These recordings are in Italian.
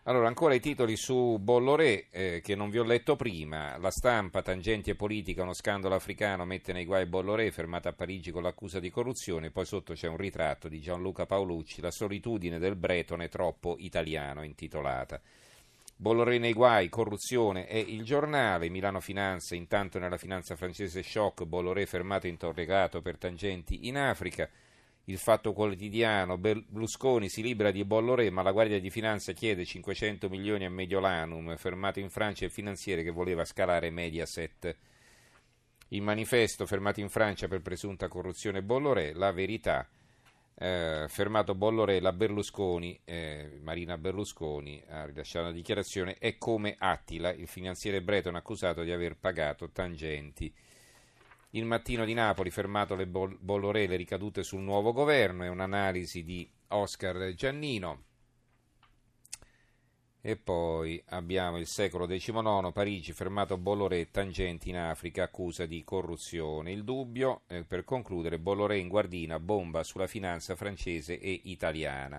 Allora, ancora i titoli su Bolloré, che non vi ho letto prima. La Stampa, tangenti e politica, uno scandalo africano mette nei guai Bolloré, fermata a Parigi con l'accusa di corruzione. Poi sotto c'è un ritratto di Gianluca Paolucci, la solitudine del bretone troppo italiano, intitolata. Bolloré nei guai, corruzione è Il Giornale. Milano Finanza, intanto nella finanza francese shock, Bolloré fermato e interrogato per tangenti in Africa. Il Fatto Quotidiano, Berlusconi si libera di Bolloré, ma la Guardia di Finanza chiede 500 milioni a Mediolanum, fermato in Francia il finanziere che voleva scalare Mediaset. Il Manifesto, fermato in Francia per presunta corruzione Bolloré. La Verità, fermato Bolloré, la Berlusconi, Marina Berlusconi ha rilasciato una dichiarazione, è come Attila, il finanziere bretone accusato di aver pagato tangenti. Il Mattino di Napoli, fermato le Bolloré, le ricadute sul nuovo governo, è un'analisi di Oscar Giannino. E poi abbiamo il Secolo XIX, Parigi, fermato Bolloré, tangenti in Africa, accusa di corruzione. Il Dubbio, per concludere, Bolloré in guardina, bomba sulla finanza francese e italiana.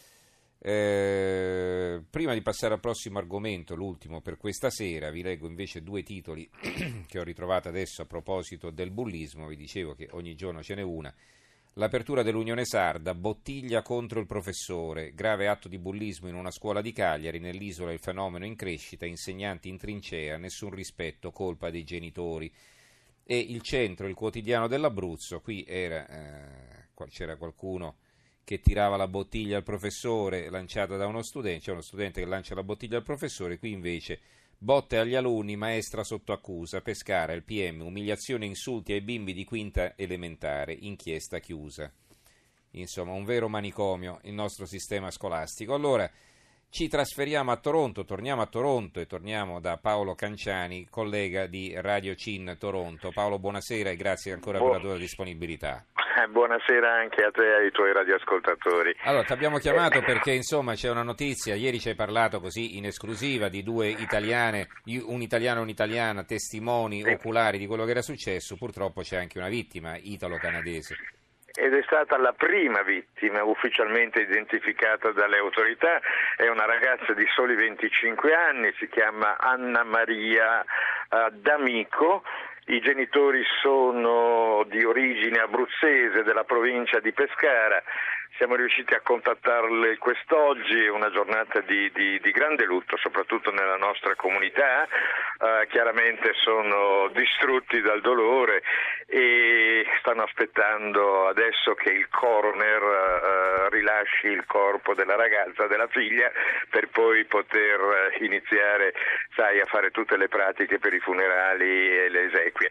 Prima di passare al prossimo argomento, l'ultimo per questa sera, vi leggo invece due titoli che ho ritrovato adesso a proposito del bullismo. Vi dicevo che ogni giorno ce n'è una. L'apertura dell'Unione Sarda, bottiglia contro il professore, grave atto di bullismo in una scuola di Cagliari, nell'isola il fenomeno in crescita, insegnanti in trincea, nessun rispetto, colpa dei genitori. E il Centro, il quotidiano dell'Abruzzo, qui c'era qualcuno che tirava la bottiglia al professore, lanciata da uno studente, c'è uno studente che lancia la bottiglia al professore, qui invece botte agli alunni, maestra sotto accusa, Pescara, il PM, umiliazione e insulti ai bimbi di quinta elementare, inchiesta chiusa. Insomma, un vero manicomio il nostro sistema scolastico. Allora, ci trasferiamo a Toronto, torniamo a Toronto e torniamo da Paolo Canciani, collega di Radio CIN Toronto. Paolo, buonasera e grazie ancora per la tua disponibilità. Buonasera anche a te e ai tuoi radioascoltatori. Allora, ti abbiamo chiamato perché insomma c'è una notizia, ieri ci hai parlato così in esclusiva di due italiane, un italiano e un'italiana, testimoni oculari di quello che era successo, purtroppo c'è anche una vittima italo-canadese. Ed è stata la prima vittima ufficialmente identificata dalle autorità, è una ragazza di soli 25 anni, si chiama Anna Maria D'Amico. I genitori sono di origine abruzzese della provincia di Pescara. Siamo riusciti a contattarle quest'oggi, è una giornata di grande lutto, soprattutto nella nostra comunità. Chiaramente sono distrutti dal dolore e stanno aspettando adesso che il coroner rilasci il corpo della ragazza, della figlia, per poi poter iniziare, a fare tutte le pratiche per i funerali e le esequie.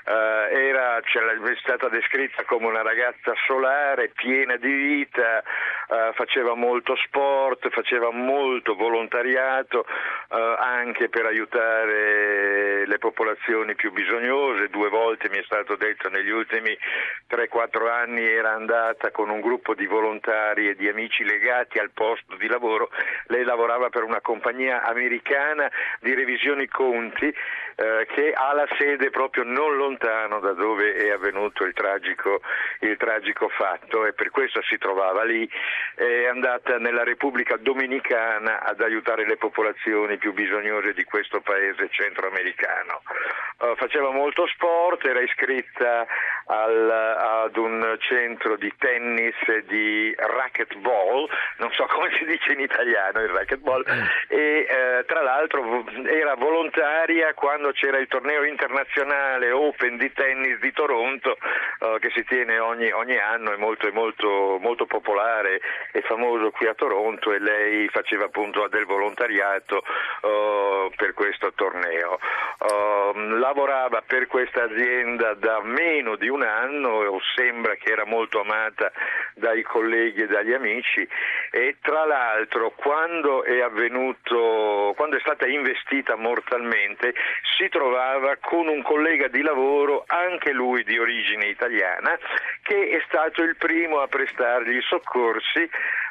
È stata descritta come una ragazza solare, piena di vita, faceva molto sport, faceva molto volontariato anche per aiutare le popolazioni più bisognose. 2 volte mi è stato detto negli ultimi 3-4 anni era andata con un gruppo di volontari e di amici legati al posto di lavoro. Lei lavorava per una compagnia americana di revisioni conti che ha la sede proprio non lontano da dove è avvenuto il tragico fatto, e per questo si trovava lì. È andata nella Repubblica Dominicana ad aiutare le popolazioni più bisognose di questo paese centroamericano. Faceva molto sport, era iscritta ad un centro di tennis e di racquetball, non so come si dice in italiano il racquetball, e tra l'altro era volontaria quando c'era il torneo internazionale Open di tennis di Toronto, che si tiene ogni anno, è molto popolare e famoso qui a Toronto, e lei faceva appunto del volontariato per questo torneo. Lavorava per questa azienda da meno di un anno, sembra che era molto amata dai colleghi e dagli amici, e tra l'altro quando è stata investita mortalmente si trovava con un collega di lavoro, anche lui di origine italiana, che è stato il primo a prestargli i soccorsi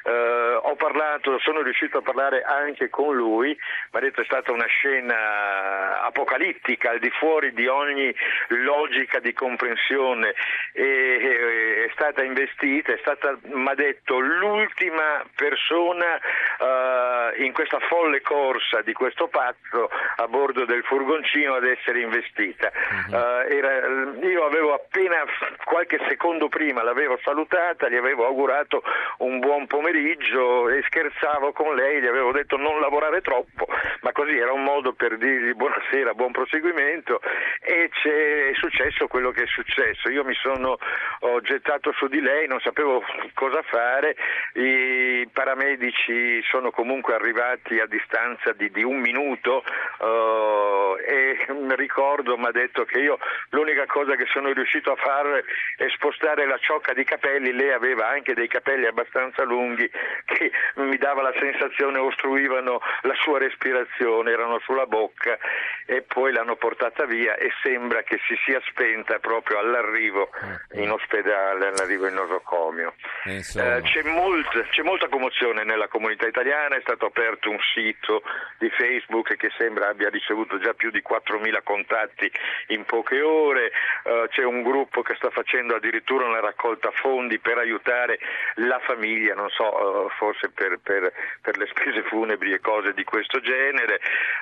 sono riuscito a parlare anche con lui, mi ha detto è stata una scena apocalittica, al di fuori di ogni logica di comprensione, e è stata investita, mi ha detto, l'ultima persona in questa folle corsa di questo pazzo a bordo del furgoncino ad essere investita. Io avevo appena qualche secondo prima l'avevo salutata, gli avevo augurato un buon pomeriggio e scherzavo con lei, gli avevo detto non lavorare troppo, ma così era un modo per dirgli buonasera, buon proseguimento, e è successo quello che è successo. Io ho gettato su di lei, non sapevo cosa fare, i paramedici sono comunque arrivati a distanza di un minuto, e ricordo, mi ha detto che io l'unica cosa che sono riuscito a fare è spostare la ciocca di capelli. Lei aveva anche dei capelli abbastanza lunghi che mi dava la sensazione ostruivano la sua respirazione, erano sulla bocca, e poi l'hanno portata via e sembra che si sia spenta proprio all'arrivo in ospedale, all'arrivo in nosocomio. C'è molta commozione nella comunità italiana, è stato aperto un sito di Facebook che sembra abbia ricevuto già più di 4.000 contatti in poche ore, c'è un gruppo che sta facendo addirittura una raccolta fondi per aiutare la famiglia, non so, forse per le spese funebri e cose di questo genere.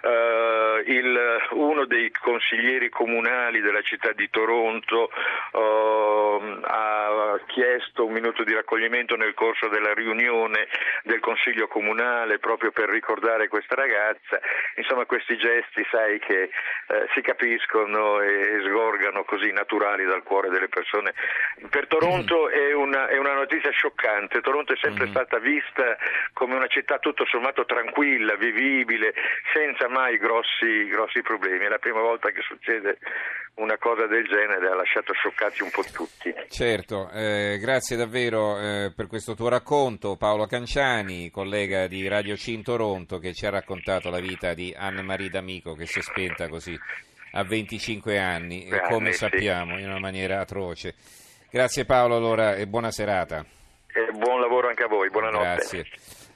Uno dei consiglieri comunali della città di Toronto ha chiesto un minuto di raccoglimento nel corso della riunione del consiglio comunale proprio per ricordare questa ragazza. Insomma, questi gesti, sai, che si capiscono e sgorgano così naturali dal cuore delle persone. Per Toronto è una notizia scioccante. Toronto è sempre stata vista come una città tutto sommato tranquilla, vivibile, senza mai grossi problemi. È la prima volta che succede una cosa del genere, ha lasciato scioccati un po' tutti. Certo, grazie davvero per questo tuo racconto, Paolo Canciani, collega di Radio C in Toronto, che ci ha raccontato la vita di Anne-Marie D'Amico, che si è spenta così a 25 anni, come sappiamo, in una maniera atroce. Grazie Paolo allora e buona serata. E buon lavoro anche a voi, buonanotte. Grazie.